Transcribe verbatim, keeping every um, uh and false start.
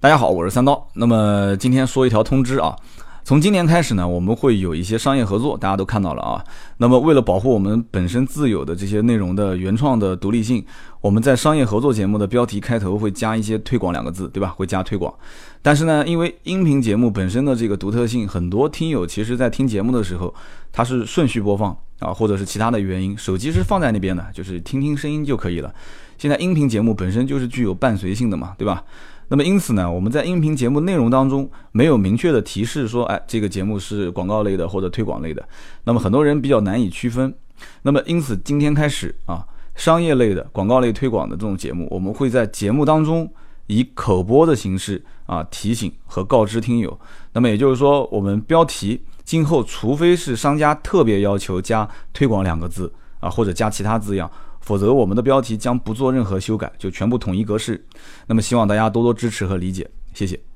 大家好，我是三刀。那么今天说一条通知啊，从今年开始呢，我们会有一些商业合作，大家都看到了啊。那么为了保护我们本身自有的这些内容的原创的独立性，我们在商业合作节目的标题开头会加一些推广两个字，对吧？会加推广。但是呢，因为音频节目本身的这个独特性，很多听友其实在听节目的时候，它是顺序播放啊，或者是其他的原因，手机是放在那边的，就是听听声音就可以了。现在音频节目本身就是具有伴随性的嘛，对吧？那么因此呢，我们在音频节目内容当中没有明确的提示说，哎，这个节目是广告类的或者推广类的。那么很多人比较难以区分。那么因此今天开始啊，商业类的、广告类推广的这种节目，我们会在节目当中以口播的形式啊提醒和告知听友。那么也就是说，我们标题今后除非是商家特别要求加推广两个字啊，或者加其他字样，否则我们的标题将不做任何修改，就全部统一格式。那么希望大家多多支持和理解，谢谢。